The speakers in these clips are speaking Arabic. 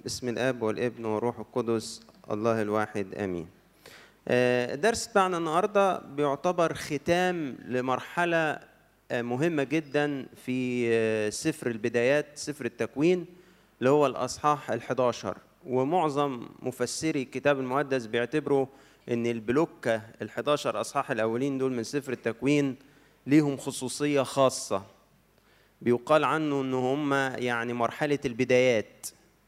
باسم الآب والابن والروح القدس الله الواحد آمين. الدرس بتاعنا النهارده بيعتبر ختام لمرحلة مهمة جدا في سفر البدايات، سفر التكوين، اللي هو الأصحاح ال11. ومعظم مفسري الكتاب المقدس بيعتبروا إن البلوكة ال11 أصحاح الأولين دول من سفر التكوين ليهم خصوصية خاصة. بيقال عنه إن هم يعني مرحلة البدايات،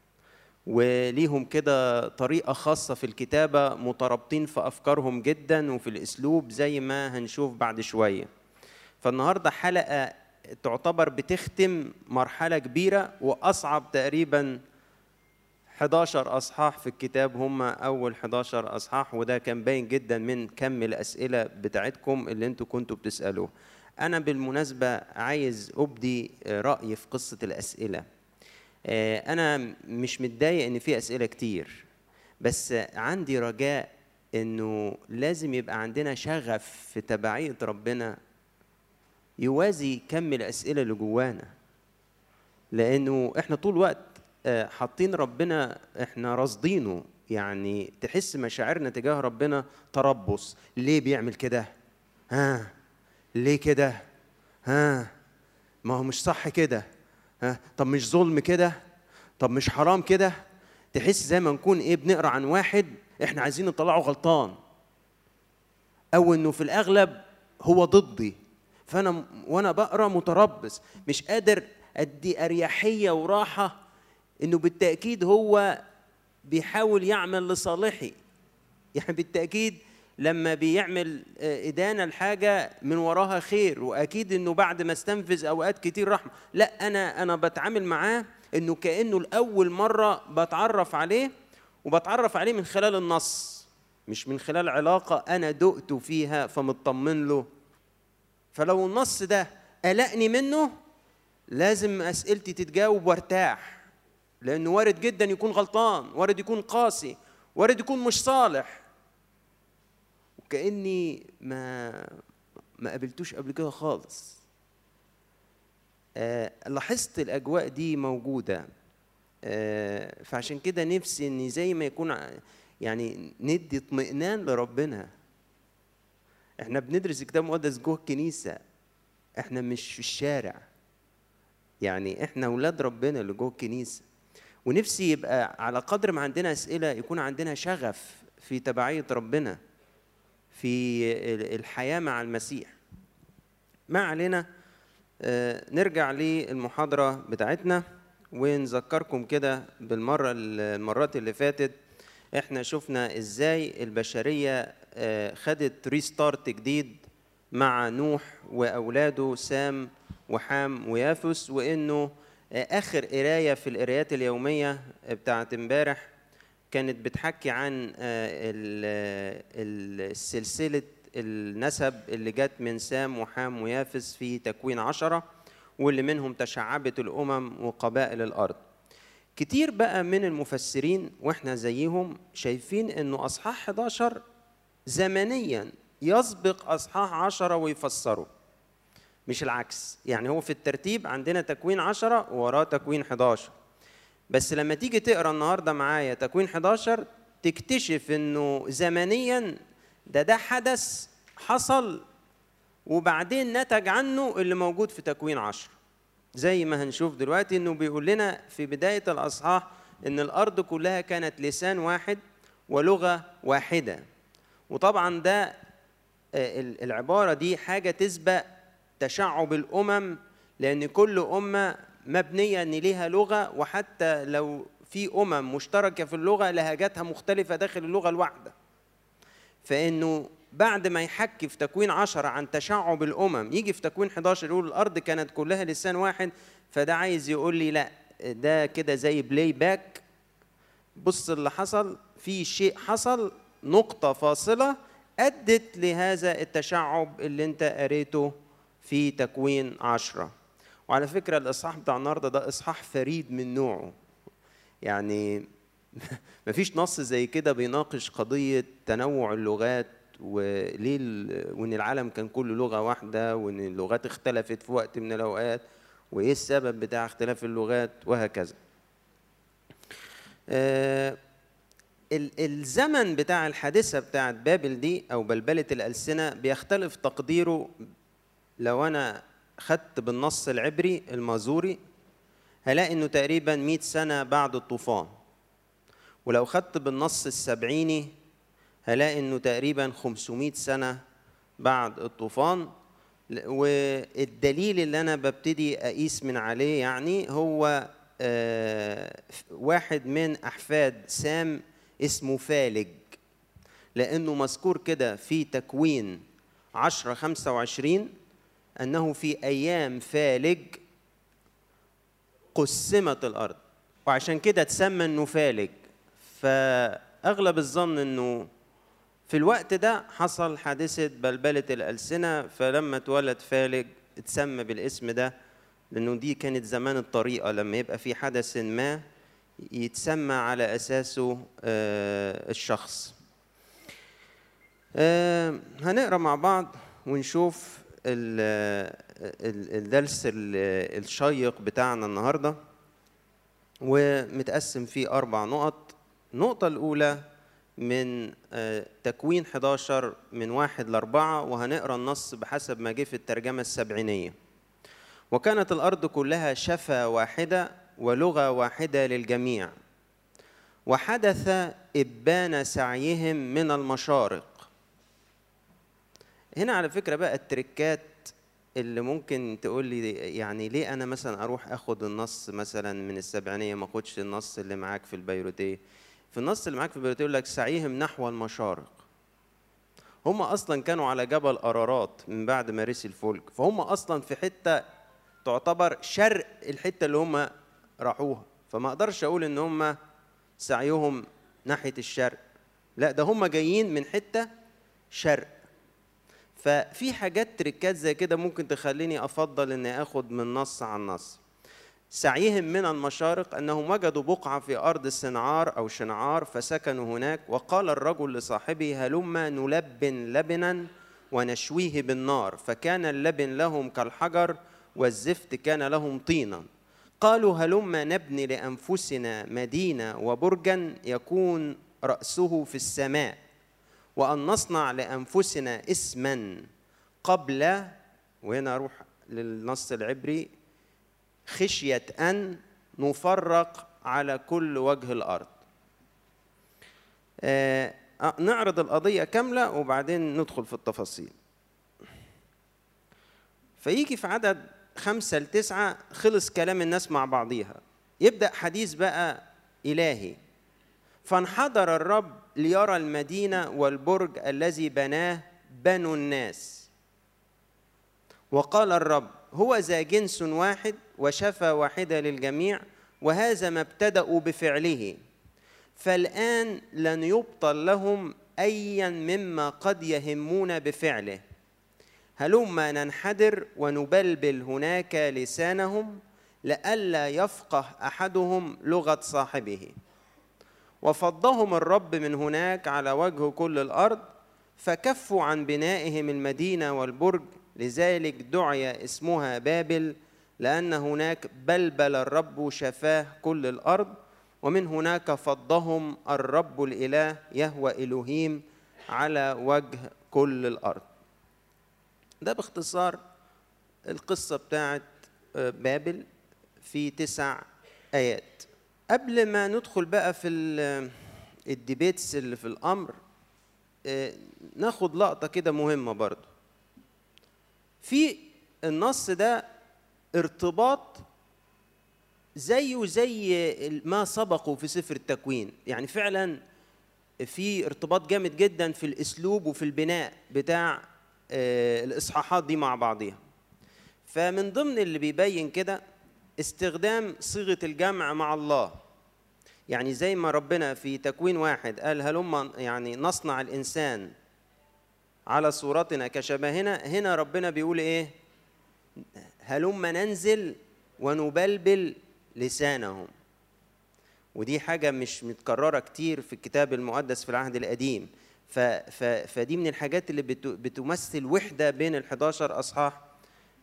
وليهم كده طريقة خاصة في الكتابة، مترابطين في أفكارهم جدا وفي الأسلوب زي ما هنشوف بعد شوية. فالنهاردة حلقة تعتبر بتختم مرحلة كبيرة وأصعب تقريبا 11 أصحاح في الكتاب، هم أول 11 أصحاح، وده كان باين جدا من كم الأسئلة بتاعتكم اللي انتوا كنتوا بتسألوه. أنا بالمناسبة عايز أبدي رأيي في قصة الأسئلة. أنا مش متضايق إن في أسئلة كتير، بس عندي رجاء إنه لازم يبقى عندنا شغف في تبعية ربنا يوازي كم الأسئلة اللي جوانا، لأنه إحنا طول الوقت حاطين ربنا، إحنا راصدينه. يعني تحس مشاعرنا تجاه ربنا تربص، ليه بيعمل كده؟ ليه كده؟ ما هو مش صح كده. طب مش ظلم كده؟ طب مش حرام كده؟ تحس زي ما نكون بنقرا عن واحد احنا عايزين نطلعه غلطان، او انه في الاغلب هو ضدي، فانا وانا بقرا متربص مش قادر ادي اريحيه وراحه انه بالتاكيد هو بيحاول يعمل لصالحي. يعني بالتاكيد لما بيعمل إدانة الحاجة من وراها خير، وأكيد إنه بعد ما استنفذ أوقات كتير رحمة. لا، أنا بتعامل معاه إنه كأنه الأول مرة بتعرف عليه، وبتعرف عليه من خلال النص، مش من خلال علاقة أنا دقت فيها فمطمن له. فلو النص ده قلقني منه لازم أسئلتي تتجاوب وارتاح، لأنه وارد جدا يكون غلطان، وارد يكون قاسي، وارد يكون مش صالح، وكأني ما قابلتوش قبل كده خالص. لاحظت الأجواء دي موجودة. فعشان كده نفسي إن زي ما يكون يعني ندي اطمئنان لربنا. احنا بندرس الكتاب المقدس جوه الكنيسة، احنا مش في الشارع. يعني احنا أولاد ربنا اللي جوه الكنيسة، ونفسي يبقى على قدر ما عندنا أسئلة يكون عندنا شغف في تبعية ربنا في الحياة مع المسيح. ما علينا، نرجع للمحاضرة بتاعتنا ونذكركم كده المرات اللي فاتت احنا شفنا ازاي البشرية خدت ريستارت جديد مع نوح وأولاده سام وحام ويافس، وإنه آخر قراية في القرايات اليومية بتاعت امبارح كانت بتحكي عن السلسلة النسب اللي جت من سام وحام ويافس في تكوين 10، واللي منهم تشعبت الأمم وقبائل الأرض. كتير بقى من المفسرين وإحنا زيهم شايفين إنه أصحاح 11 زمنياً يسبق أصحاح 10 ويفسره، مش العكس. يعني هو في الترتيب عندنا تكوين 10 وراه تكوين 11، بس لما تيجي تقرأ النهاردة معايا تكوين 11 تكتشف إنه زمنياً ده حدث حصل وبعدين نتج عنه اللي موجود في تكوين 10. زي ما هنشوف دلوقتي إنه بيقول لنا في بداية الأصحاح إن الأرض كلها كانت لسان واحد ولغة واحدة. وطبعاً ده العبارة دي حاجة تسبق تشعب الأمم، لأن كل أمة مبنية إن ليها لغة، وحتى لو في أمم مشتركة في اللغة لهجاتها مختلفة داخل اللغة الواحدة. فإنه بعد ما يحكي في تكوين 10 عن تشعب الأمم يجي في تكوين 11 يقول الأرض كانت كلها لسان واحد، فده عايز يقول لي لا، ده كده زي بلاي باك. بص اللي حصل، في شيء حصل، نقطة فاصلة أدت لهذا التشعب اللي انت قريته في تكوين 10. وعلى فكرة الإصحاح بتاع النهاردة ده إصحاح فريد من نوعه. يعني مفيش نص زي كده بيناقش قضية تنوع اللغات، وليه وإن العالم كان كله لغة واحدة، وإن اللغات اختلفت في وقت من الأوقات، وإيه السبب بتاع اختلاف اللغات وهكذا. الزمن بتاع الحادثة بتاعت بابل دي أو بلبلة الألسنة بيختلف تقديره. لو أنا خدت بالنص العبري المازوري هلاقي إنه تقريبا 100 سنة بعد الطوفان، ولو خدت بالنص السبعيني هلاقي إنه تقريبا 500 سنة بعد الطوفان. والدليل اللي أنا ببتدي أقيس من عليه يعني هو واحد من أحفاد سام اسمه فالج، لأنه مذكور كده في تكوين 10:25 أنه في أيام فالج قسمت الأرض، وعشان كده تسمى أنه فالج. فأغلب الظن أنه في الوقت ده حصل حادثة بلبلة الألسنة، فلما اتولد فالج اتسمى بالاسم ده، لأنه دي كانت زمان الطريقة لما يبقى في حدث ما يتسمى على أساسه الشخص. هنقرأ مع بعض ونشوف الدرس الشيق بتاعنا النهاردة، ومتقسم فيه 4 نقط. النقطة الأولى من تكوين 11 من 1 ل4، وهنقرأ النص بحسب ما جه في الترجمة السبعينية. وكانت الأرض كلها شفا واحدة ولغة واحدة للجميع، وحدث إبان سعيهم من المشارق. هنا على فكرة بقى التركات اللي ممكن تقول لي يعني ليه أنا مثلا أروح أخد النص مثلا من السبعينية ما أخدش النص اللي معاك في البيروتية؟ في النص اللي معاك في البيروتية يقول لك سعيهم نحو المشارق. هم أصلا كانوا على جبل أرارات من بعد ما رسي الفلك، فهم أصلا في حتة تعتبر شرق الحتة اللي هم راحوها، فما أقدرش أقول إن هم سعيهم ناحية الشرق، لا ده هم جايين من حتة شرق. ففي حاجات تركات زي كده ممكن تخليني أفضل إني أخد من نص عن نص. سعيهم من المشارق أنهم وجدوا بقعة في أرض السنعار أو شنعار فسكنوا هناك. وقال الرجل لصاحبه هلما نلبن لبنا ونشويه بالنار، فكان اللبن لهم كالحجر والزفت كان لهم طينا. قالوا هلما نبني لأنفسنا مدينة وبرجا يكون رأسه في السماء، وأن نصنع لأنفسنا اسما قبل، وهنا أروح للنص العبري، خشية أن نفرق على كل وجه الأرض. نعرض القضية كاملة وبعدين ندخل في التفاصيل. فيجي في عدد 5 ل 9 خلص كلام الناس مع بعضيها، يبدأ حديث بقى إلهي. فانحدر الرب ليرى المدينة والبرج الذي بناه بنو الناس، وقال الرب هو ذا جنس واحد وشفا واحدة للجميع، وهذا ما ابتدأوا بفعله، فالآن لن يبطل لهم أيا مما قد يهمون بفعله. هلما ننحدر ونبلبل هناك لسانهم لئلا يفقه أحدهم لغة صاحبه. وفضهم الرب من هناك على وجه كل الأرض، فكفوا عن بنائهم المدينة والبرج، لذلك دعي اسمها بابل، لأن هناك بلبل الرب شفاه كل الأرض. ومن هناك فضهم الرب الإله يهوى إلهيم على وجه كل الأرض. ده باختصار القصة بتاعت بابل في 9 آيات. قبل ما ندخل بقى في الديبيتس اللي في الأمر، ناخد لقطة كده مهمة برضو في النص ده، ارتباط زيه زي ما سبقوا في سفر التكوين. يعني فعلا في ارتباط جامد جدا في الأسلوب وفي البناء بتاع الإصحاحات دي مع بعضها. فمن ضمن اللي بيبين كده استخدام صيغة الجمع مع الله. يعني زي ما ربنا في تكوين 1 قال هلما يعني نصنع الإنسان على صورتنا كشبهنا، هنا ربنا بيقول إيه؟ هلما ننزل ونبلبل لسانهم. ودي حاجة مش متكررة كتير في الكتاب المقدس في العهد القديم. فدي من الحاجات اللي بتمثل وحدة بين ال11 أصحاح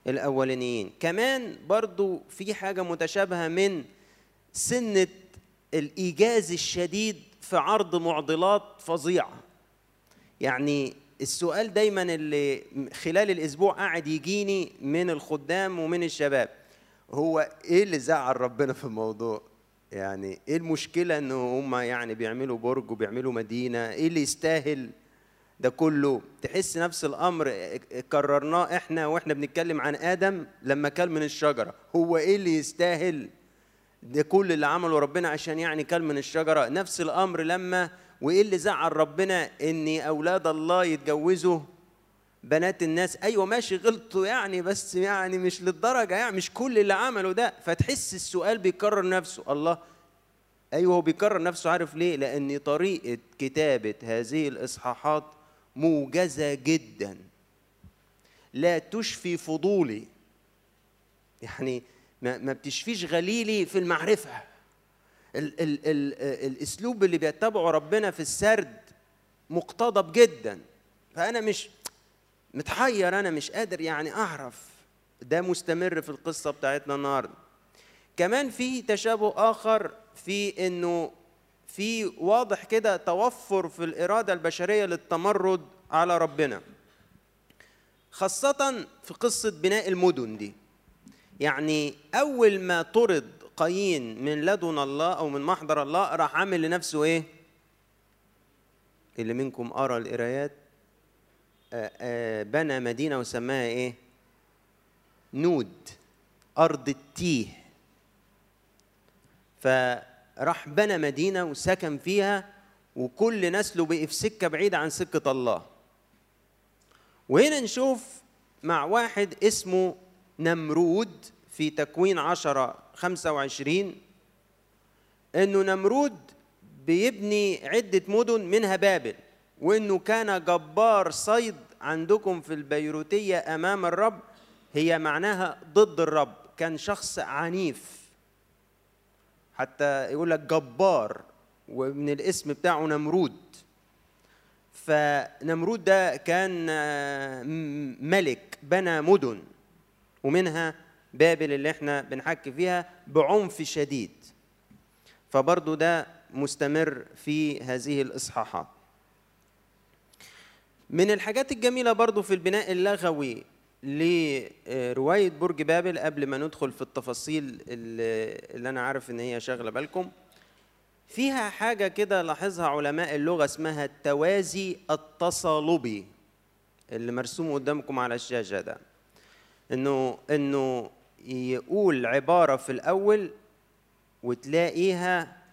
الأولانيين. كمان برضو في حاجة متشابهة من سنة الإيجاز الشديد في عرض معضلات فظيعة. يعني السؤال دايما اللي خلال الأسبوع قاعد يجيني من الخدام ومن الشباب، هو إيه اللي زعل ربنا في الموضوع؟ يعني إيه المشكلة إنه هم يعني بيعملوا برج وبيعملوا مدينة؟ إيه اللي يستاهل ده كله؟ تحس نفس الأمر كررناه إحنا وإحنا بنتكلم عن آدم لما كل من الشجرة. هو إيه اللي يستاهل ده كل اللي عمله ربنا عشان يعني كل من الشجرة؟ نفس الأمر لما وإيه اللي زعل ربنا إن أولاد الله يتجوزوا بنات الناس؟ أيوة ماشي غلطوا يعني، بس يعني مش للدرجة، يعني مش كل اللي عمله ده. فتحس السؤال بيكرر نفسه. الله أيوة هو بيكرر نفسه. عارف ليه؟ لأن طريقة كتابة هذه الإصحاحات موجزة جدا، لا تشفي فضولي، يعني ما بتشفيش غليلي في المعرفة. الأسلوب اللي بيتبعه ربنا في السرد مقتضب جدا. فأنا مش متحير، أنا مش قادر يعني أعرف. ده مستمر في القصة بتاعتنا النهاردة. كمان في تشابه آخر في إنه في واضح كده توفر في الإرادة البشرية للتمرد على ربنا، خاصة في قصة بناء المدن دي. يعني أول ما طرد قايين من لدن الله أو من محضر الله، راح عامل لنفسه إيه؟ اللي منكم أرى القرايات، بنى مدينة وسماها إيه؟ نود، أرض التيه. فراح بنى مدينة وسكن فيها، وكل نسله بقي في سكة بعيدة عن سكة الله. وهنا نشوف مع واحد اسمه نمرود في تكوين 10:25 إنه نمرود بيبني عدة مدن منها بابل، وإنه كان جبار صيد عندكم في البيروتية أمام الرب. هي معناها ضد الرب، كان شخص عنيف، حتى يقول لك جبار، ومن الاسم بتاعه نمرود. فنمرود ده كان ملك بنى مدن، ومنها بابل اللي احنا بنحكي فيها بعنف شديد. فبرضو ده مستمر في هذه الإصحاحات. من الحاجات الجميلة برضو في البناء اللغوي لرواية برج بابل، قبل ما ندخل في التفاصيل اللي أنا عارف إن هي شاغلة بالكم، فيها حاجة كده لاحظها علماء اللغة اسمها التوازي التصالبي اللي مرسوم قدامكم على الشاشة ده. إنه يقول عبارة في الأول وتلاقيها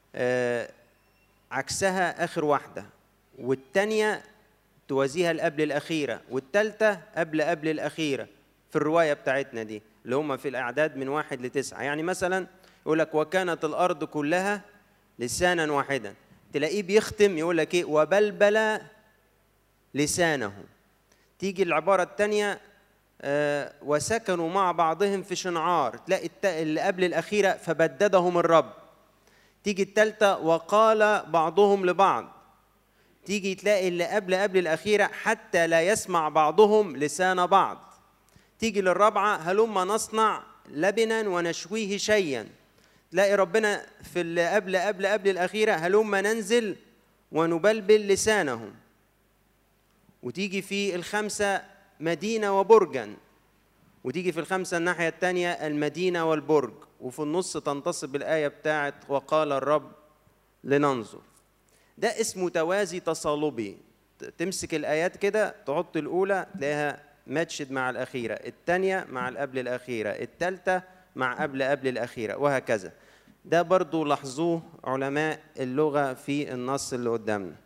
عكسها آخر واحدة، والتانية توازيها القبل الأخيرة، والتالتة قبل الأخيرة في الرواية بتاعتنا دي اللي هم في الأعداد من 1 ل9. يعني مثلا يقول لك وكانت الأرض كلها لسانا واحدا، تلاقيه بيختم يقول لك إيه؟ وبلبل لسانه. تيجي العبارة التانية وسكنوا مع بعضهم في شنعار، تلاقي اللي قبل الأخيرة فبددهم الرب. تيجي التالتة وقال بعضهم لبعض. تيجي تلاقي اللي قبل الأخيرة حتى لا يسمع بعضهم لسان بعض. تيجي للرابعة هلما نصنع لبنا ونشويه شيئا. تلاقي ربنا في اللي قبل الأخيرة هلما ننزل ونبلبل لسانهم. وتيجي في الخمسة مدينة وبرجا، وتيجي في الخمسة الناحية التانية المدينة والبرج، وفي النص تنتصب الآية بتاعت وقال الرب لننظر. ده اسمه توازي تصالبي. تمسك الآيات كده، تحط الأولى تلاقيها ماتشد مع الأخيرة، التانية مع القبل الأخيرة، التالتة مع قبل الأخيرة، وهكذا. ده برضو لاحظوه علماء اللغة في النص اللي قدامنا.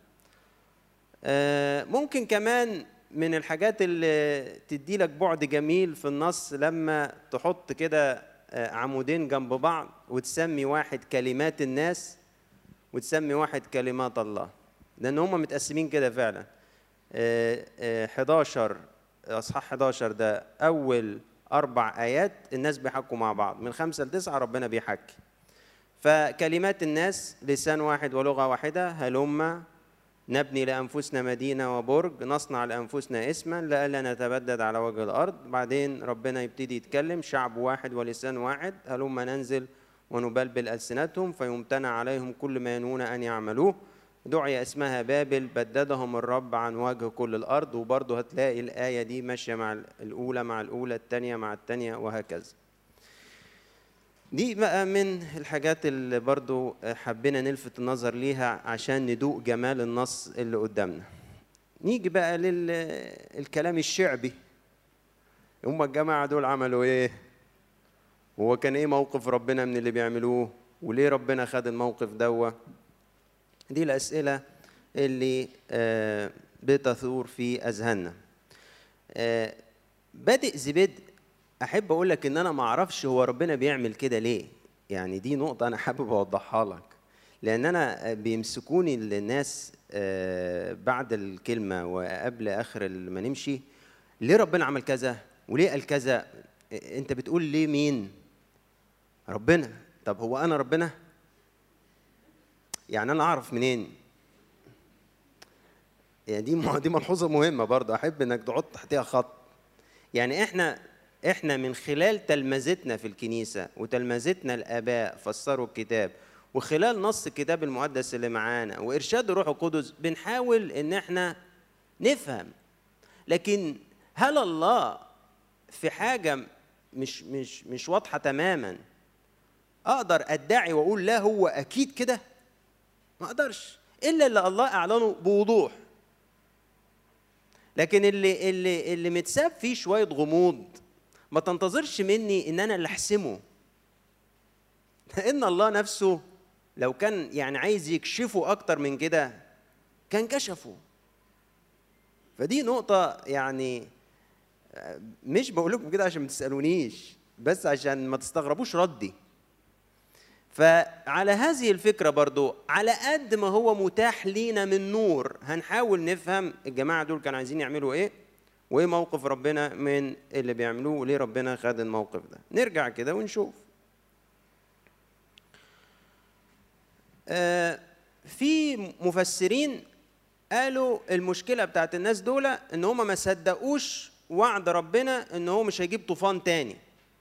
ممكن كمان من الحاجات اللي تدي لك بعد جميل في النص لما تحط كده عمودين جنب بعض وتسمي واحد كلمات الناس وتسمي واحد كلمات الله، لأن هم متقسمين كده فعلا. 11 أصحاح 11 ده أول 4 آيات الناس بيحكوا مع بعض، من 5 ل9 ربنا بيحكي. فكلمات الناس لسان واحد ولغة واحدة، هلما نبني لأنفسنا مدينة وبرج، نصنع لأنفسنا اسما لئلا نتبدد على وجه الأرض. بعدين ربنا يبتدي يتكلم، شعب واحد ولسان واحد، هلما ننزل ونبلبل ألسنتهم فيمتنع عليهم كل ما ينوون أن يعملوه. دعي اسمها بابل بددهم الرب عن وجه كل الأرض. وبرضه هتلاقي الآية دي ماشية مع الأولى مع الأولى، الثانية مع الثانية، وهكذا. دي بقى من الحاجات اللي برضه حبينا نلفت النظر ليها عشان ندوق جمال النص اللي قدامنا. نيجي بقى للكلام الشعبي. هم الجماعة دول عملوا إيه؟ هو كان إيه موقف ربنا من اللي بيعملوه؟ وليه ربنا خد الموقف دوا؟ دي الأسئلة اللي بتثور في أذهاننا. بادئ ذي بدء أحب أقول لك إن أنا ما أعرفش هو ربنا بيعمل كده ليه. يعني دي نقطة أنا حابب أوضحها لك، لأن أنا بيمسكوني الناس بعد الكلمة وقبل آخر ما نمشي، ليه ربنا عمل كذا؟ وليه قال كذا؟ أنت بتقول ليه مين؟ ربنا. طب هو أنا ربنا؟ يعني أنا أعرف منين؟ يعني دي ملحوظة مهمة برضه، أحب إنك تحط تحتها خط. يعني إحنا من خلال تلمذتنا في الكنيسة وتلمذتنا الآباء فسروا الكتاب، وخلال نص الكتاب المقدس اللي معانا وإرشاد الروح القدس بنحاول إن إحنا نفهم. لكن هل الله في حاجة مش واضحة تماماً أقدر أدعي وأقول لا هو أكيد كده؟ ما أقدرش إلا اللي الله أعلنه بوضوح. لكن اللي متساب فيه شوية غموض ما تنتظرش مني إن أنا اللي أحسمه، لأن الله نفسه لو كان يعني عايز يكشفه أكتر من كده كان كشفه. فدي نقطة يعني مش بقول لكم كده عشان ما تسألونيش، بس عشان ما تستغربوش ردي. فعلى هذه الفكرة برضو، على قد ما هو متاح لينا من نور هنحاول نفهم الجماعة دول كانوا عايزين يعملوا ايه، وايه موقف ربنا من اللي بيعملوه، وليه ربنا خد الموقف ده. نرجع كده ونشوف. في مفسرين قالوا المشكلة بتاعت الناس دول ان هم ما صدقوش وعد ربنا ان هو مش هيجيب طوفان تاني،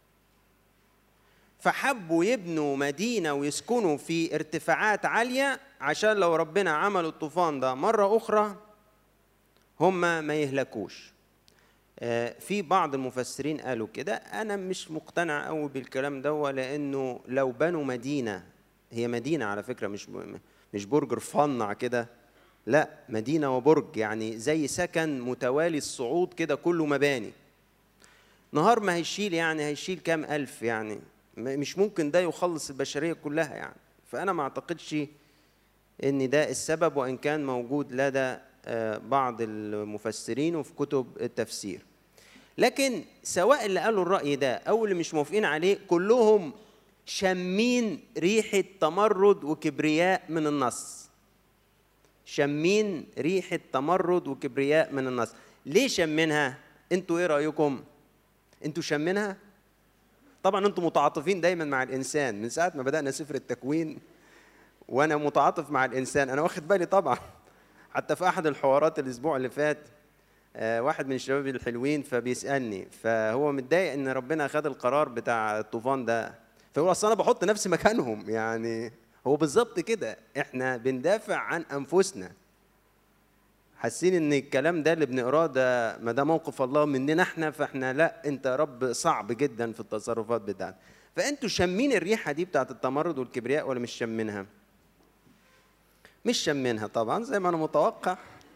فحبوا يبنوا مدينة ويسكنوا في ارتفاعات عالية عشان لو ربنا عمل الطوفان ده مرة أخرى هم ما يهلكوش. في بعض المفسرين قالوا كده. أنا مش مقتنع قوي بالكلام ده، لأنه لو بنوا مدينة، هي مدينة على فكرة، مش برج رفنع كده، لا مدينة وبرج، يعني زي سكن متوالي الصعود كده كله مباني. نهار ما هيشيل، يعني هيشيل كام ألف، يعني مش ممكن ده يخلص البشرية كلها يعني. فأنا ما أعتقدش إن ده السبب، وإن كان موجود لدى بعض المفسرين وفي كتب التفسير. لكن سواء اللي قالوا الرأي ده أو اللي مش موافقين عليه، كلهم شامين ريحة تمرد وكبرياء من النص. شامين ريحة تمرد وكبرياء من النص. ليه شامينها؟ انتوا ايه رأيكم؟ انتوا شامينها؟ طبعا انتوا متعاطفين دايما مع الإنسان من ساعة ما بدأنا سفر التكوين، وأنا متعاطف مع الإنسان، أنا واخد بالي طبعا. حتى في أحد الحوارات الأسبوع اللي فات واحد من الشباب الحلوين فبيسألني، فهو متضايق إن ربنا خد القرار بتاع الطوفان ده، فهو أصل أنا بحط نفسي مكانهم. يعني هو بالظبط كده، إحنا بندافع عن أنفسنا، حاسين إن الكلام ده اللي بنقراه ده ما ده موقف الله مننا إحنا، فإحنا لا، أنت رب صعب جدا في التصرفات بتاعتك. فأنتوا شامين الريحة دي بتاعت التمرد والكبرياء ولا مش شامينها؟ مش شامينها طبعا زي ما أنا متوقع.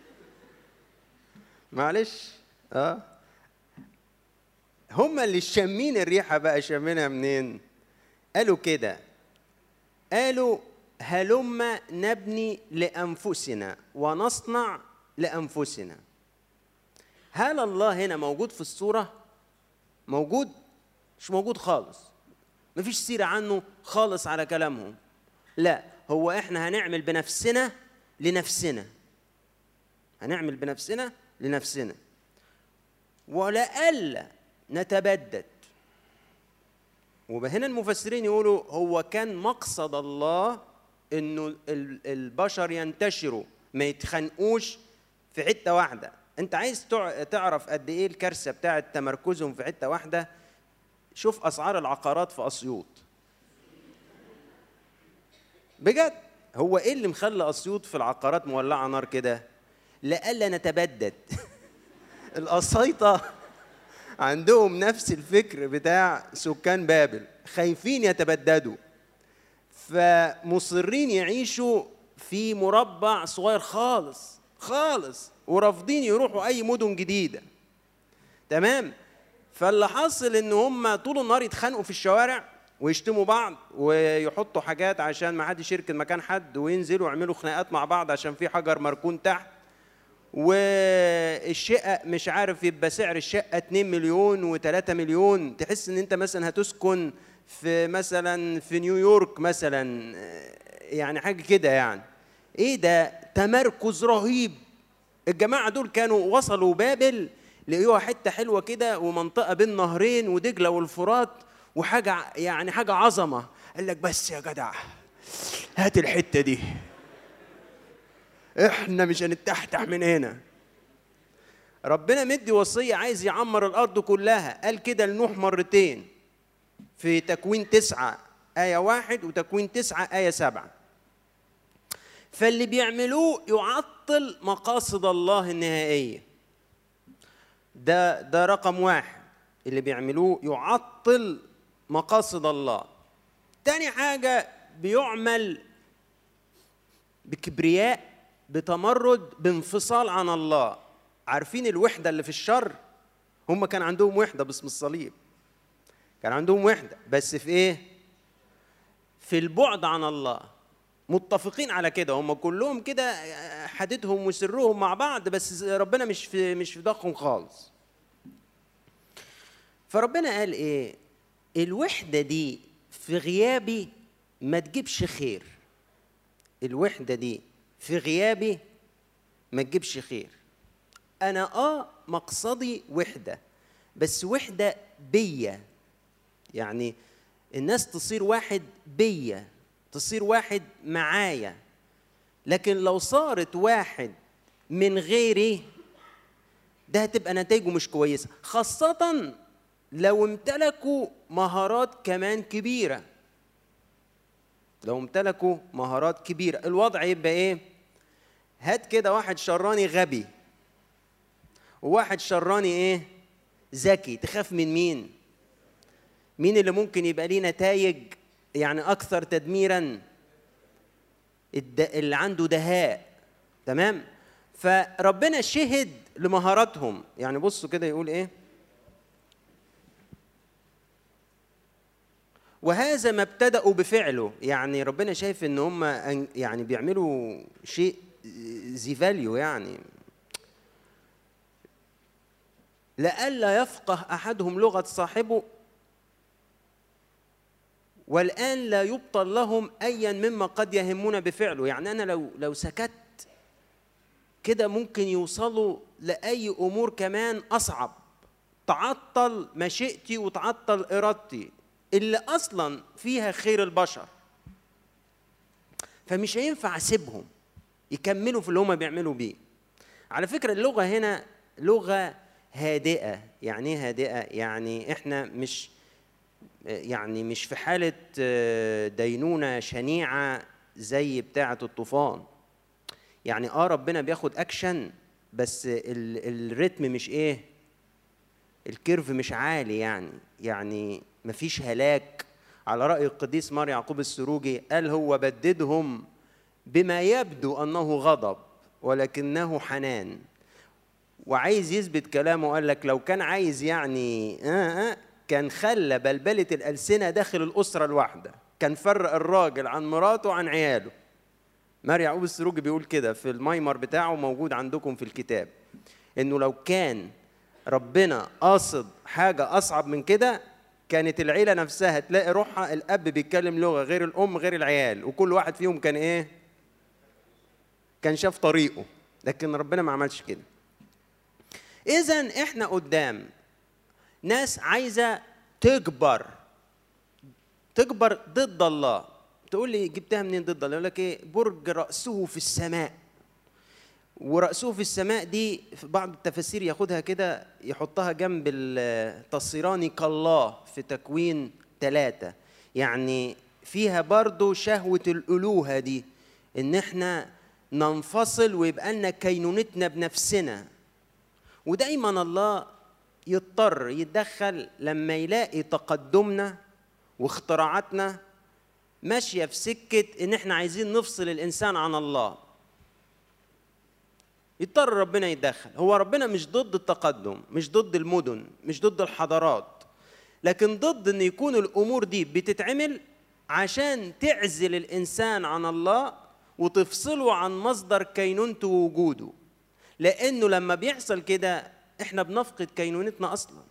معلش هم اللي شامين الريحة بقى. شامينها منين؟ قالوا كده، قالوا هلم نبني لأنفسنا ونصنع لأنفسنا. هل الله هنا موجود في الصورة؟ موجود؟ مش موجود خالص، مفيش سيرة عنه خالص على كلامهم. لا، هو احنا هنعمل بنفسنا لنفسنا، هنعمل بنفسنا لنفسنا ولألا نتبدد. وهنا المفسرين يقولوا هو كان مقصد الله انه البشر ينتشروا، ما يتخنقوش في حته واحده. انت عايز تعرف قد ايه الكارثه بتاعه تمركزهم في حته واحده؟ شوف اسعار العقارات في اسيوط. بجد. هو ايه اللي مخلى اسيوط في العقارات مولعه نار كده؟ لألا نتبدد. القسايطه عندهم نفس الفكر بتاع سكان بابل، خايفين يتبددوا، فمصرين يعيشوا في مربع صغير خالص خالص، ورافضين يروحوا اي مدن جديده. تمام. فاللي حصل ان هم طول النهار يتخانقوا في الشوارع ويشتموا بعض ويحطوا حاجات عشان ما حدش يركن مكان حد، وينزلوا يعملوا خناقات مع بعض عشان في حجر مركون تحت، والشقه مش عارف يبقى سعر الشقه 2 مليون و3 مليون. تحس ان انت مثلا هتسكن في مثلا في نيويورك مثلا، يعني حاجه كده. يعني ايه ده؟ تمركز رهيب. الجماعه دول كانوا وصلوا بابل، لقيوها حته حلوه كده ومنطقه بين نهرين ودجله والفرات وحاجه، يعني حاجه عظمه. قال لك بس يا جدع هات الحته دي، احنا مش هنتحتح من هنا. ربنا مدي وصيه عايز يعمر الارض كلها، قال كده لنوح مرتين في تكوين 9 آية 1 وتكوين 9 آية 7. فاللي بيعملوه يعطل مقاصد الله النهائية. ده رقم 1. اللي بيعملوه يعطل مقاصد الله. تاني حاجة بيعمل بكبرياء، بتمرد، بانفصال عن الله. عارفين الوحدة اللي في الشر؟ هم كان عندهم وحدة باسم الصليب، كان عندهم وحدة، بس في ايه؟ في البعد عن الله. متفقين على كده، هم كلهم كده حديثهم وسرهم مع بعض، بس ربنا مش في ضغطهم خالص. فربنا قال ايه؟ الوحدة دي في غيابي ما تجيبش خير. الوحدة دي في غيابي ما تجيبش خير. أنا مقصدي وحدة، بس وحدة بيا. يعني الناس تصير واحد بيا، تصير واحد معايا. لكن لو صارت واحد من غيري، ده هتبقى نتائجه مش كويسة، خاصة لو امتلكوا مهارات كمان كبيرة. لو امتلكوا مهارات كبيرة الوضع يبقى ايه؟ هات كده واحد شراني غبي وواحد شراني ايه؟ ذكي. تخاف من مين؟ مين اللي ممكن يبقى ليه نتائج يعني اكثر تدميرا؟ اللي عنده دهاء. تمام. فربنا شهد لمهاراتهم. يعني بصوا كده يقول ايه؟ وهذا ما ابتدأوا بفعله. يعني ربنا شايف ان هم يعني بيعملوا شيء ذي فاليو، يعني لئلا يفقه احدهم لغة صاحبه، والآن لا يبطل لهم أيا مما قد يهمون بفعله. يعني أنا لو سكت كده ممكن يوصلوا لأي أمور كمان أصعب، تعطل مشيئتي وتعطل إرادتي اللي أصلا فيها خير البشر. فمش هينفع أسيبهم يكملوا في اللي هم بيعملوا بيه. على فكرة اللغة هنا لغة هادئة. يعني إيه هادئة؟ يعني إحنا مش في حالة دينونة شنيعة زي بتاعة الطوفان. يعني ربنا بياخد أكشن، بس الريتم مش إيه؟ الكيرف مش عالي. يعني مفيش هلاك. على رأي القديس مار يعقوب السروجي قال هو بددهم بما يبدو أنه غضب ولكنه حنان. وعايز يثبت كلامه، قال لك لو كان عايز يعني كان خلى بلبلة الألسنة داخل الأسرة الواحدة، كان فرق الراجل عن مراته وعن عياله. مار يعقوب السروجي بيقول كده في الميمر بتاعه، موجود عندكم في الكتاب، إنه لو كان ربنا قاصد حاجة أصعب من كده كانت العيلة نفسها تلاقي روحها الأب بيتكلم لغة غير الأم غير العيال، وكل واحد فيهم كان إيه؟ كان شاف طريقه. لكن ربنا ما عملش كده. إذن إحنا قدام ناس عايزة تكبر ضد الله. تقول لي جبتها منين ضد الله؟ يقول لك ايه؟ برج رأسه في السماء. ورأسه في السماء دي في بعض التفاسير ياخدها كده يحطها جنب تصيران كالله في تكوين 3. يعني فيها برضو شهوة الألوهة دي، إن إحنا ننفصل ويبقى لنا كينونتنا بنفسنا. ودايما الله يضطر يتدخل لما يلاقي تقدمنا واختراعاتنا ماشية في سكة إن إحنا عايزين نفصل الإنسان عن الله. يضطر ربنا يتدخل. هو ربنا مش ضد التقدم، مش ضد المدن، مش ضد الحضارات، لكن ضد إن يكون الأمور دي بتتعمل عشان تعزل الإنسان عن الله وتفصله عن مصدر كينونته ووجوده. لأنه لما بيحصل كده إحنا بنفقد كينونتنا أصلا.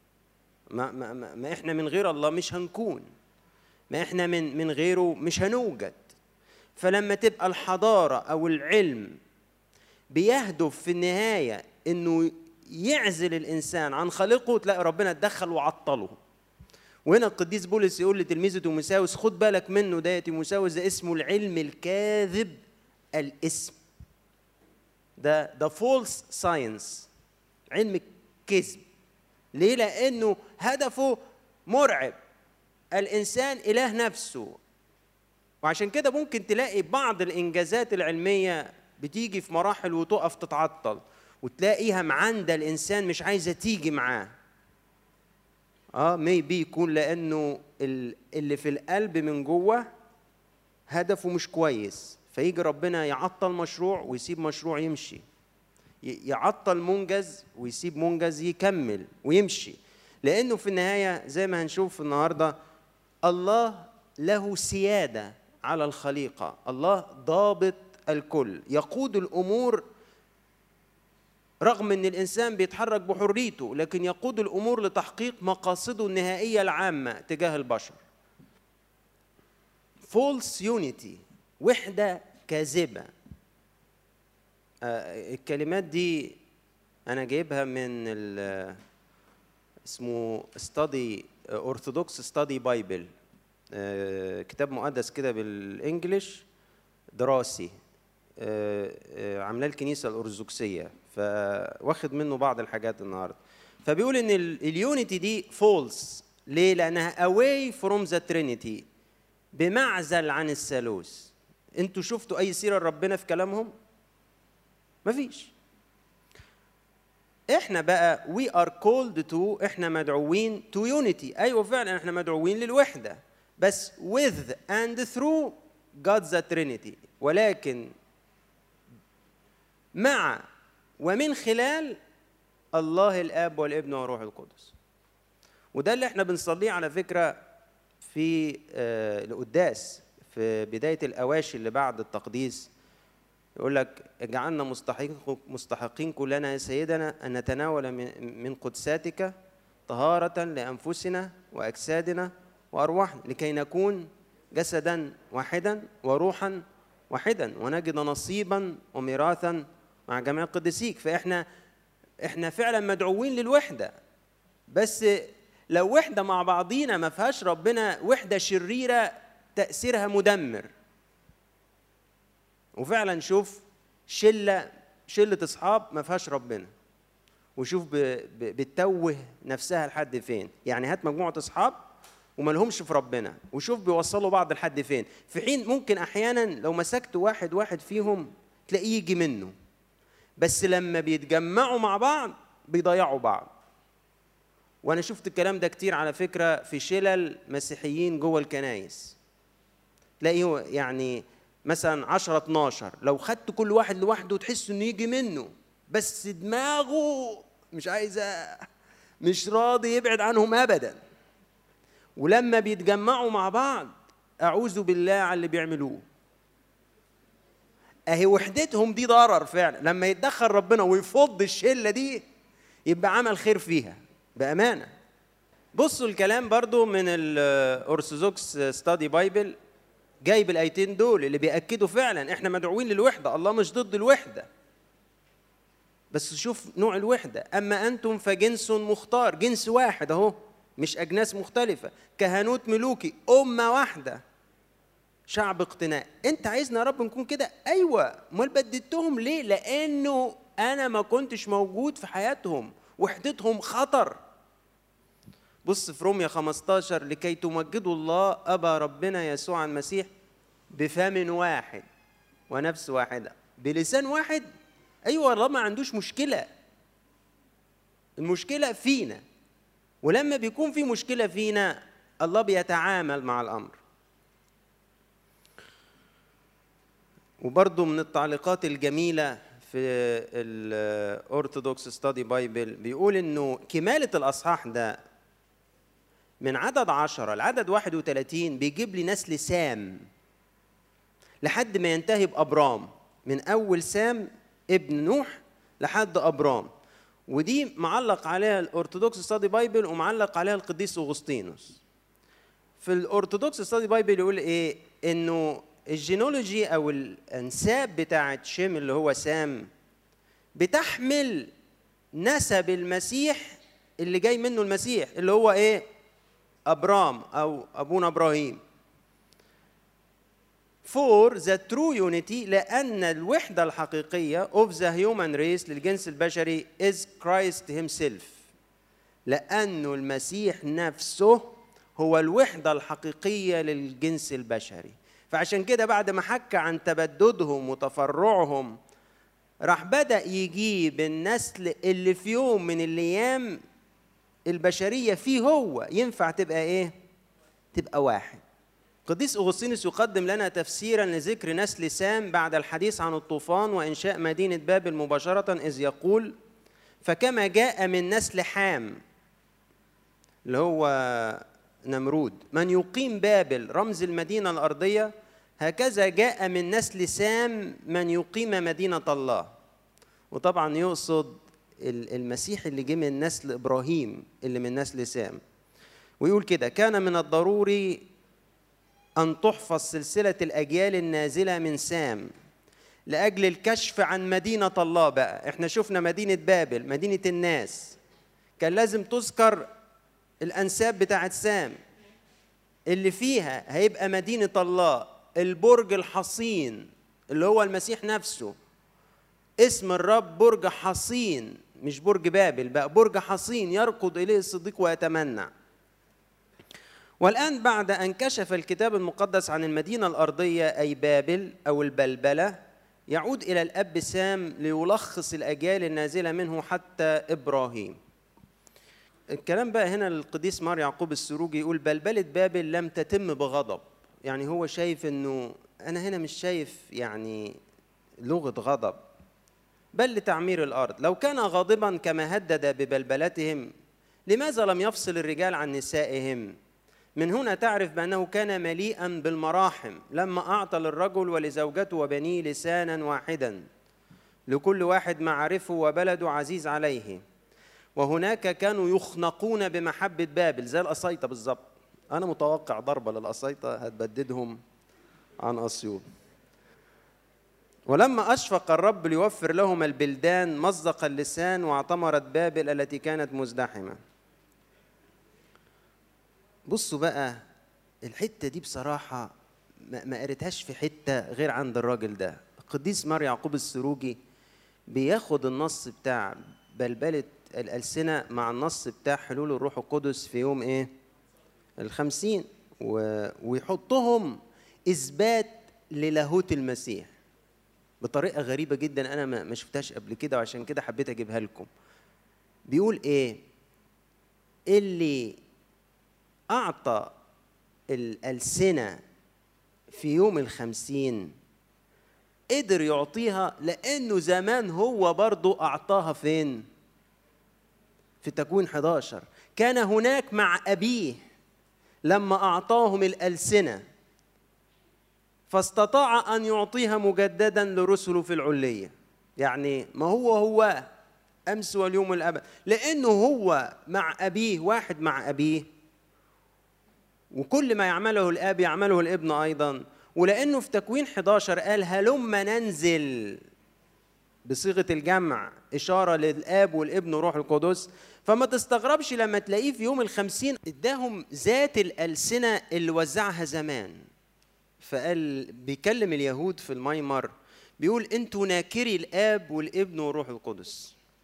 ما إحنا من غير الله مش هنكون، ما إحنا من غيره مش هنوجد. فلما تبقى الحضارة أو العلم بيهدف في النهاية إنه يعزل الإنسان عن خالقه، تلاقي ربنا اتدخل وعطله. وهنا القديس بولس يقول لتلميذه تيموثاوس خد بالك منه، ده يا تيموثاوس ده اسمه العلم الكاذب الاسم. ده فولس ساينس، علم الكذب. ليه؟ لأنه هدفه مرعب، الإنسان إله نفسه. وعشان كده ممكن تلاقي بعض الإنجازات العلمية بتيجي في مراحل وتقف تتعطل، وتلاقيها معاندة الإنسان مش عايزة تيجي معاه. ميبي يكون لأنه اللي في القلب من جوه هدفه مش كويس، فيجي ربنا يعطل مشروع ويسيب مشروع يمشي، يعطل منجز ويسيب منجز يكمل ويمشي. لأنه في النهاية زي ما هنشوف النهاردة الله له سيادة على الخليقة، الله ضابط الكل، يقود الأمور رغم أن الإنسان بيتحرك بحريته، لكن يقود الأمور لتحقيق مقاصده النهائية العامة تجاه البشر. false unity، وحدة كاذبة. الكلمات دي أنا جايبها من اسمه Orthodox Study Bible، كتاب مقدس كده بالإنجليش دراسي، عاملاه الكنيسة الأرثوذكسية، فواخد منه بعض الحاجات النهارده. فبيقول إن اليونيتي دي فولس. ليه؟ لأنها away from the Trinity، بمعزل عن الثالوث. أنتوا شفتوا أي سيرة لربنا في كلامهم؟ مفيش. إحنا بقى we are called to، إحنا مدعوين to unity. أيوة فعلا إحنا مدعوين للوحدة، بس with and through God the Trinity، ولكن مع ومن خلال الله الآب والابن والروح القدس. وده اللي احنا بنصليه على فكرة في القداس في بداية الأواشي اللي بعد التقديس. يقول لك اجعلنا مستحقين كلنا يا سيدنا أن نتناول من قدساتك طهارة لأنفسنا وأجسادنا وأرواحنا، لكي نكون جسدا واحدا وروحا واحدا ونجد نصيبا وميراثا مع جميع قدسيك. فإحنا فعلا مدعوين للوحدة، بس لو وحدة مع بعضينا ما فيهاش ربنا، وحدة شريرة تأثيرها مدمر. وفعلا شوف شلة أصحاب ما فيهاش ربنا، وشوف بتتوه نفسها لحد فين. يعني هات مجموعة أصحاب وما لهمش في ربنا، وشوف بيوصلوا بعض لحد فين، في حين ممكن أحيانا لو مسكت واحد فيهم تلاقيه يجي منه، بس لما بيتجمعوا مع بعض بيضيعوا بعض. وأنا شفت الكلام ده كتير على فكرة في شلل مسيحيين جوه الكنايس. تلاقيه يعني مثلا 10-12 لو خدت كل واحد لوحده تحس إنه يجي منه، بس دماغه مش راضي يبعد عنهم أبدا. ولما بيتجمعوا مع بعض أعوذ بالله على اللي بيعملوه. أهي وحدتهم دي ضرر فعلا. لما يتدخل ربنا ويفض الشلة دي يبقى عمل خير فيها بأمانة. بصوا الكلام برضو من الأرثوذكس ستادي بايبل، جايب الآيتين دول اللي بيأكدوا فعلا إحنا مدعوين للوحدة. الله مش ضد الوحدة، بس شوف نوع الوحدة. أما أنتم فجنس مختار، جنس واحد أهو، مش أجناس مختلفة، كهنوت ملوكي، أمة واحدة، شعب اقتناء. أنت عايزنا يا رب نكون كده؟ أيوة. أمال بددتهم ليه؟ لأنه أنا ما كنتش موجود في حياتهم، وحدتهم خطر. بص في رومية 15 لكي تمجدوا الله أبا ربنا يسوع المسيح بفم واحد ونفس واحدة بلسان واحد. أيوة الله ما عندوش مشكلة، المشكلة فينا، ولما بيكون في مشكلة فينا الله بيتعامل مع الأمر. وبرضو من التعليقات الجميلة في الأورثودوكس ستادي بايبل بيقول إنه كمالة الأصحاح ده من عدد 10 لعدد 31 بيجيب لي نسل سام لحد ما ينتهي بأبرام، من أول سام ابن نوح لحد أبرام. ودي معلق عليها الأورثودوكس ستادي بايبل ومعلق عليها القديس أغسطينوس. في الأورثودوكس ستادي بايبل يقول إيه؟ إنه الجينولوجي أو الأنساب بتاعت شيم اللي هو سام بتحمل نسب المسيح اللي جاي منه المسيح اللي هو إيه؟ أبرام أو أبونا إبراهيم. For the true unity لأن الوحدة الحقيقية of the human race للجنس البشري is Christ himself، لأنه المسيح نفسه هو الوحدة الحقيقية للجنس البشري. فعشان كده بعد ما حكى عن تبددهم وتفرعهم راح بدأ يجيب النسل اللي في يوم من الأيام البشرية فيه هو ينفع تبقى إيه؟ تبقى واحد. قديس أغسطينوس يقدم لنا تفسيرا لذكر نسل سام بعد الحديث عن الطوفان وإنشاء مدينة بابل مباشرة، إذ يقول: فكما جاء من نسل حام اللي هو نمرود من يقيم بابل رمز المدينة الأرضية، هكذا جاء من نسل سام من يقيم مدينة الله. وطبعا يقصد المسيح اللي جه من نسل إبراهيم اللي من نسل سام. ويقول كده: كان من الضروري أن تحفظ سلسلة الأجيال النازلة من سام لأجل الكشف عن مدينة الله. بقى احنا شفنا مدينة بابل مدينة الناس، كان لازم تذكر الأنساب بتاعت سام اللي فيها هيبقى مدينة الله، البرج الحصين اللي هو المسيح نفسه. اسم الرب برج حصين، مش برج بابل، بقى برج حصين يركض إليه الصديق ويتمنع. والآن بعد أن كشف الكتاب المقدس عن المدينة الأرضية أي بابل أو البلبلة، يعود إلى الأب سام ليلخص الأجيال النازلة منه حتى إبراهيم. الكلام بقى هنا للقديس مار يعقوب السروجي، يقول: بلبلة بابل لم تتم بغضب. يعني هو شايف أنه أنا هنا مش شايف يعني لغة غضب، بل لتعمير الأرض. لو كان غاضبا كما هدد ببلبلتهم لماذا لم يفصل الرجال عن نسائهم؟ من هنا تعرف بأنه كان مليئا بالمراحم لما أعطى للرجل ولزوجته وبنيه لسانا واحدا، لكل واحد معارفه وبلده عزيز عليه. وهناك كانوا يخنقون بمحبة بابل زي الأسيطة بالظبط. أنا متوقع ضربة للأسيطة هتبددهم عن أسيوط. ولما أشفق الرب ليوفر لهم البلدان مزق اللسان واعتمرت بابل التي كانت مزدحمة. بصوا بقى الحتة دي بصراحة ما قريتهاش في حتة غير عند الراجل ده القديس مار يعقوب السروجي. بياخد النص بتاع بلبلة الألسنة مع النص بتاع حلول الروح القدس في يوم إيه؟ 50، ويحطهم إثبات للاهوت المسيح بطريقة غريبة جدا أنا ما شفتهاش قبل كده، وعشان كده حبيت أجيبها لكم. بيقول إيه؟ اللي أعطى الألسنة في يوم 50 قدر يعطيها لأنه زمان هو برضو أعطاها فين؟ في تكوين 11 كان هناك مع أبيه لما أعطاهم الألسنة فاستطاع أن يعطيها مجددا لرسله في العلية. يعني ما هو أمس واليوم والأبد، لأنه هو مع أبيه، واحد مع أبيه، وكل ما يعمله الآب يعمله الابن أيضا. ولأنه في تكوين 11 قال هلم ننزل بصيغة الجمع إشارة للآب والابن وروح القدس، فما تستغربش لما تلاقيه في يوم 50 اداهم ذات الألسنة اللي وزعها زمان. فقال بيكلم اليهود في الميمر بيقول: انتوا ناكري الآب والابن والروح القدس،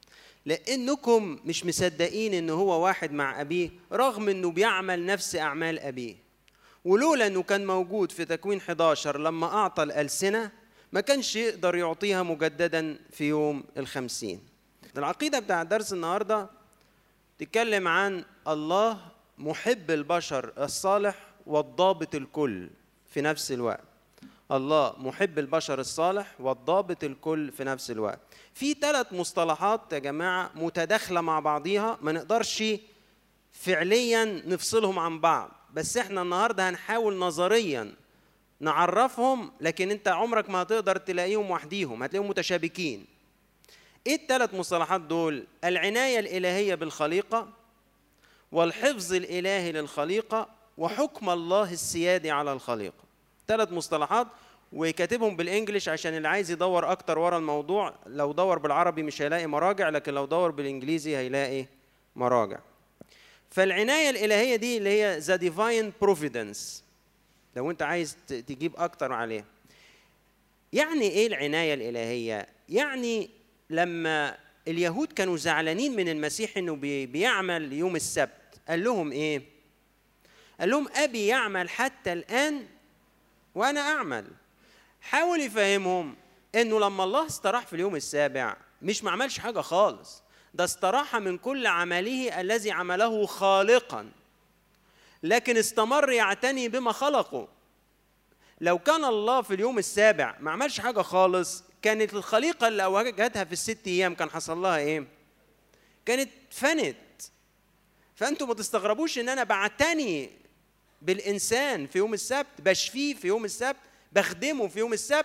لأنكم مش مصدقين إن هو واحد مع أبيه رغم إنه بيعمل نفس أعمال أبيه. ولولا إنه كان موجود في تكوين 11 لما أعطى الألسنة ما كانش يقدر يعطيها مجددا في يوم ال50. العقيدة بتاع درس النهاردة تتكلم عن الله محب البشر الصالح والضابط الكل في نفس الوقت. الله محب البشر الصالح والضابط الكل في نفس الوقت. في 3 مصطلحات يا جماعة متداخلة مع بعضيها ما نقدرش فعليا نفصلهم عن بعض، بس احنا النهاردة هنحاول نظريا نعرفهم، لكن انت عمرك ما هتقدر تلاقيهم وحديهم، هتلاقيهم متشابكين. ايه ال3 مصطلحات دول؟ العناية الإلهية بالخليقة، والحفظ الإلهي للخليقة، وحكم الله السيادي على الخليقة. 3 مصطلحات وكاتبهم بالانجليش عشان اللي عايز يدور اكتر ورا الموضوع. لو دور بالعربي مش هيلاقي مراجع، لكن لو دور بالانجليزي هيلاقي مراجع. فالعناية الإلهية دي اللي هي the divine providence، لو انت عايز تجيب اكتر عليها. يعني ايه العناية الإلهية؟ يعني لما اليهود كانوا زعلانين من المسيح انه بيعمل يوم السبت، قال لهم ايه؟ قال لهم أبي يعمل حتى الآن وأنا أعمل. حاول يفهمهم إنه لما الله استراح في اليوم السابع مش ما عملش حاجة خالص، ده استراح من كل عمله الذي عمله خالقا، لكن استمر يعتني بما خلقه. لو كان الله في اليوم السابع ما عملش حاجة خالص، كانت الخليقة اللي أوجدها في ال6 أيام كان حصل لها إيه؟ كانت فنت. فأنتوا ما تستغربوش إن أنا بعتني بالإنسان في يوم السبت، بشفيه في يوم السبت، بخدمه في يوم السبت.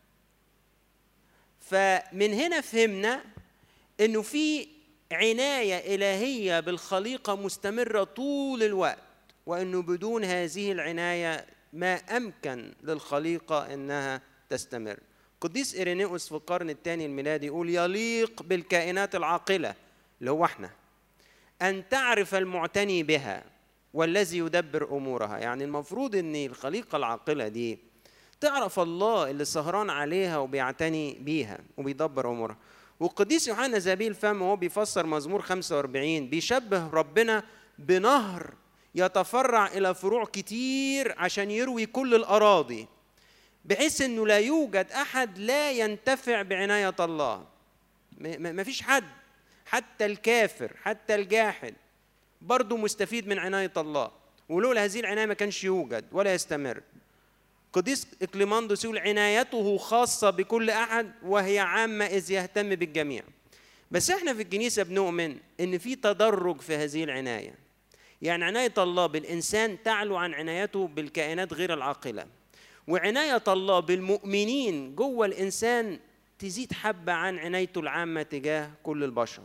فمن هنا فهمنا إنه في عناية إلهية بالخليقة مستمرة طول الوقت، وإنه بدون هذه العناية ما أمكن للخليقة إنها تستمر. قديس إيرينيوس في القرن الثاني الميلادي يقول: يليق بالكائنات العاقلة اللي هو احنا أن تعرف المعتني بها والذي يدبر أمورها. يعني المفروض أن الخليقة العاقلة دي تعرف الله اللي سهران عليها وبيعتني بيها وبيدبر أمورها. والقديس يوحنا ذبي الفم وهو بيفسر مزمور 45 بيشبه ربنا بنهر يتفرع إلى فروع كتير عشان يروي كل الأراضي، بحيث أنه لا يوجد أحد لا ينتفع بعناية الله. ما فيش حد، حتى الكافر حتى الجاحد برضو مستفيد من عناية الله، ولولا هذه العناية ما كانش يوجد ولا يستمر. قديس إقليماندوس يقول: عنايته خاصة بكل أحد وهي عامة إذ يهتم بالجميع. بس احنا في الكنيسة بنؤمن إن في تدرج في هذه العناية. يعني عناية الله بالإنسان تعلو عن عنايته بالكائنات غير العاقلة، وعناية الله بالمؤمنين جوه الإنسان تزيد حبة عن عنايته العامة تجاه كل البشر.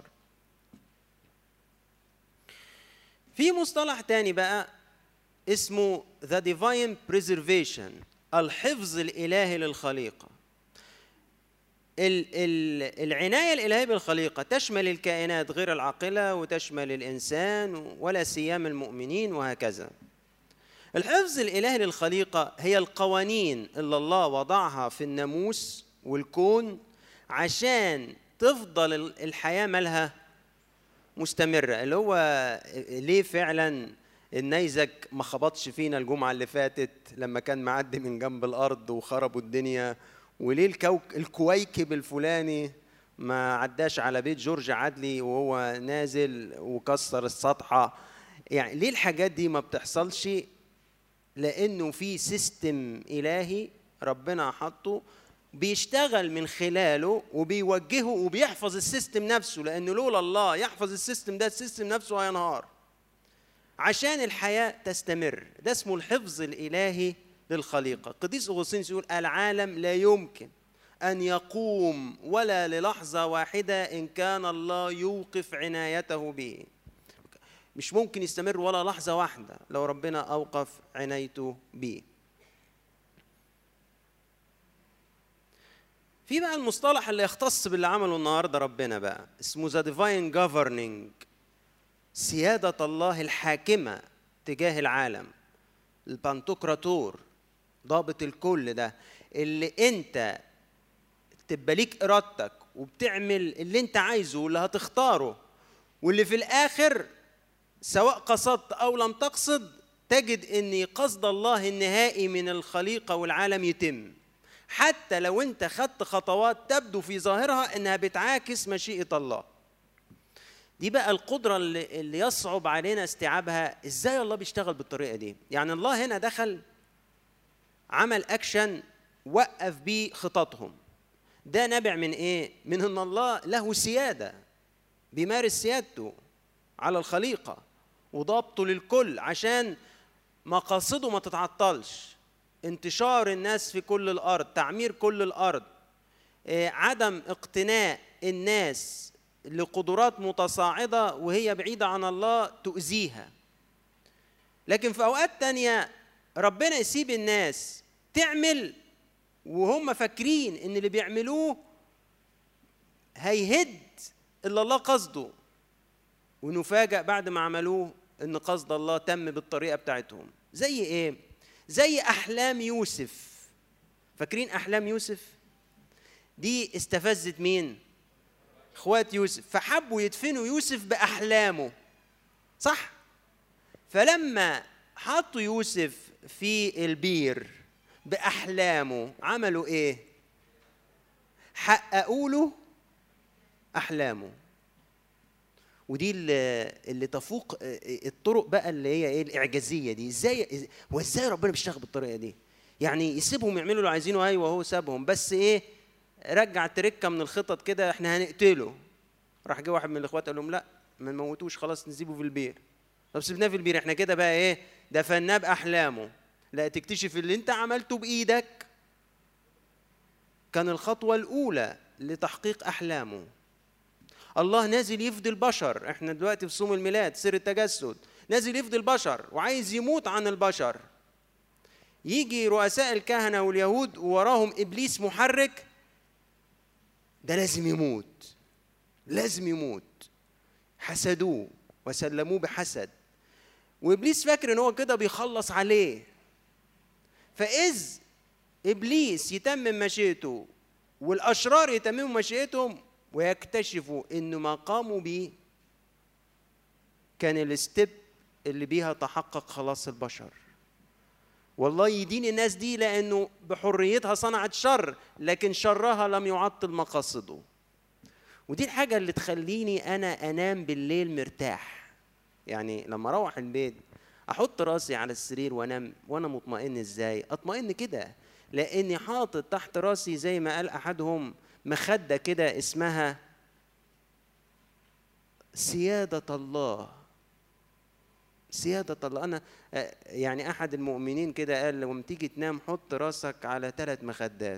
في مصطلح تاني بقى اسمه the divine preservation، الحفظ الإلهي للخليقة. العناية الإلهية بالخليقة تشمل الكائنات غير العاقلة وتشمل الإنسان ولا سيما المؤمنين وهكذا. الحفظ الإلهي للخليقة هي القوانين اللي الله وضعها في الناموس والكون عشان تفضل الحياة مالها مستمرة. اللي هو ليه فعلا النيزك ما خبطش فينا الجمعة اللي فاتت لما كان معدي من جنب الأرض وخربوا الدنيا، وليه الكويكب الفلاني ما عداش على بيت جورج عدلي وهو نازل وكسر السطحة. يعني ليه الحاجات دي ما بتحصلش؟ لأنه في سيستم إلهي ربنا حطه بيشتغل من خلاله وبيوجهه وبيحفظ السيستم نفسه، لأنه لولا الله يحفظ السيستم ده السيستم نفسه هينهار عشان الحياة تستمر. ده اسمه الحفظ الإلهي للخليقة. قديس أغسطينوس يقول: العالم لا يمكن أن يقوم ولا للحظة واحدة إن كان الله يوقف عنايته به. مش ممكن يستمر ولا لحظة واحدة لو ربنا أوقف عنايته به. في بقى المصطلح اللي يختص باللي عمله النهارده ربنا بقى اسمه the divine governing، سيادة الله الحاكمة تجاه العالم، البانتوكراتور، ضابط الكل ده اللي انت تبقى ليك إرادتك وبتعمل اللي انت عايزه واللي هتختاره، واللي في الآخر سواء قصدت أو لم تقصد تجد أن قصد الله النهائي من الخليقة والعالم يتم، حتى لو انت خدت خطوات تبدو في ظاهرها أنها بتعاكس مشيئة الله. دي بقى القدرة اللي يصعب علينا استيعابها. إزاي الله بيشتغل بالطريقة دي؟ يعني الله هنا دخل عمل أكشن وقف بيه خططهم. ده نابع من إيه؟ من أن الله له سيادة، بيمارس سيادته على الخليقة وضابطه للكل عشان مقاصده ما تتعطلش. انتشار الناس في كل الأرض، تعمير كل الأرض، عدم اقتناء الناس لقدرات متصاعدة وهي بعيدة عن الله تؤذيها. لكن في أوقات تانية ربنا يسيب الناس تعمل وهم فاكرين إن اللي بيعملوه هيهد اللي الله قصده، ونفاجأ بعد ما عملوه إن قصد الله تم بالطريقة بتاعتهم. زي إيه؟ زي أحلام يوسف. فاكرين أحلام يوسف؟ دي استفزت مين؟ اخوات يوسف، فحبوا يدفنوا يوسف بأحلامه، صح؟ فلما حطوا يوسف في البير بأحلامه عملوا ايه؟ حققوا له أحلامه. ودي اللي تفوق الطرق بقى اللي هي ايه الإعجازية دي. ازاي ربنا بيشتغل بالطريقة دي؟ يعني يسيبهم يعملوا اللي عايزينه، ايوه هو سابهم، بس ايه؟ رجع تركه من الخطط كده، احنا هنقتله. راح جه واحد من الاخوات قال لهم لا ما نموتوش، خلاص نسيبه في البير. طب سيبناه في البير، احنا كده بقى ايه؟ دفناه باحلامه. لا، تكتشف اللي انت عملته بايدك كان الخطوه الاولى لتحقيق احلامه. الله نازل يفدي البشر. احنا دلوقتي في صوم الميلاد، سر التجسد، نازل يفدي البشر وعايز يموت عن البشر. يجي رؤساء الكهنه واليهود ووراهم ابليس محرك، ده لازم يموت، لازم يموت. حسدوه وسلموه بحسد، وإبليس فاكر إن هو كده بيخلص عليه. فإذ إبليس يتمم مشيئته والأشرار يتمموا مشيئتهم ويكتشفوا إن ما قاموا به كان الستيب اللي بيها تحقق خلاص البشر. والله يدين الناس دي لأنه بحريتها صنعت شر، لكن شرها لم يعطل مقاصده. ودي الحاجة اللي تخليني أنا أنام بالليل مرتاح. يعني لما أروح البيت أحط راسي على السرير وأنام وأنا مطمئن. إزاي أطمئن كده؟ لأني حاطط تحت راسي زي ما قال أحدهم مخدة كده اسمها سيادة الله. سيادة الله. أنا يعني أحد المؤمنين كده قال لما تيجي تنام حط راسك على 3 مخدات: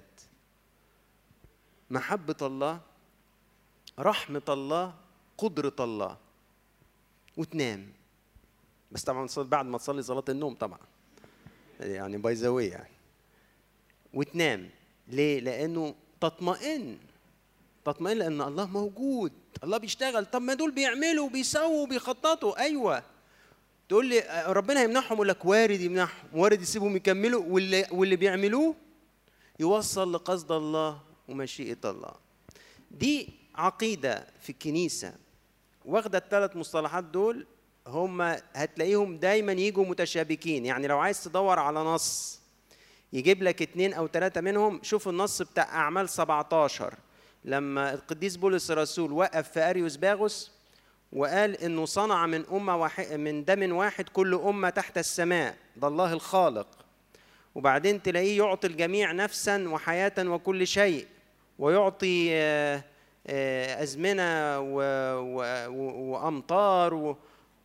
محبة الله، رحمة الله، قدرة الله، وتنام. بس طبعا بعد ما تصلي صلاة النوم طبعا، يعني باي ذا واي يعني. وتنام ليه؟ لأنه تطمئن لأن الله موجود، الله بيشتغل. طب ما دول بيعملوا وبيسووا وبيخططوا. أيوة، تقول لي ربنا هيمنعهم، أقول لك وارد يمنعهم، وارد يسيبهم يكملوا، واللي بيعملوه يوصل لقصد الله ومشيئة الله. دي عقيدة في الكنيسة واخدة ال3 مصطلحات دول، هم هتلاقيهم دايما يجوا متشابكين. يعني لو عايز تدور على نص يجيب لك 2 أو 3 منهم. شوف النص بتاع أعمال 17 لما القديس بولس الرسول وقف في أريوس باغوس وقال إنه صنع من دم واحد كل أمة تحت السماء، ده الله الخالق. وبعدين تلاقيه يعطي الجميع نفسا وحياة وكل شيء، ويعطي أزمنة وأمطار،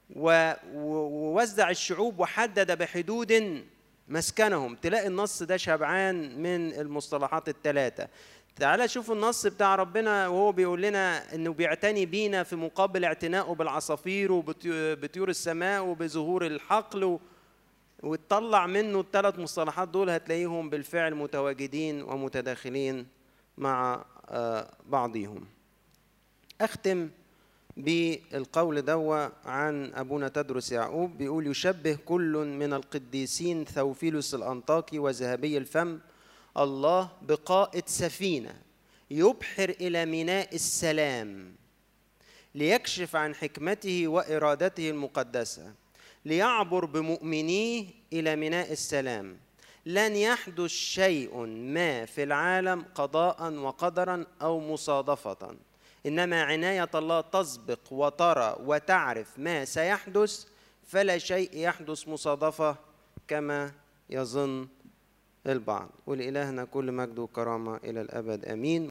ووزع الشعوب وحدد بحدود مسكنهم. تلاقي النص ده شبعان من المصطلحات ال3. تعال شوف النص بتاع ربنا وهو بيقول لنا انه بيعتني بينا في مقابل اعتنائه بالعصافير وبطيور السماء وبزهور الحقل، وتطلع منه ال3 مصطلحات دول هتلاقيهم بالفعل متواجدين ومتداخلين مع بعضهم. أختم بالقول دوا عن أبونا تدرس يعقوب، بيقول: يشبه كل من القديسين ثوفيلوس الأنطاكي وذهبي الفم الله بقائد سفينة يبحر إلى ميناء السلام ليكشف عن حكمته وإرادته المقدسة، ليعبر بمؤمنيه إلى ميناء السلام. لن يحدث شيء ما في العالم قضاء وقدرا أو مصادفة، إنما عناية الله تسبق وترى وتعرف ما سيحدث، فلا شيء يحدث مصادفة كما يظن البعض. ولإلهنا كل مجد وكرامة إلى الأبد آمين.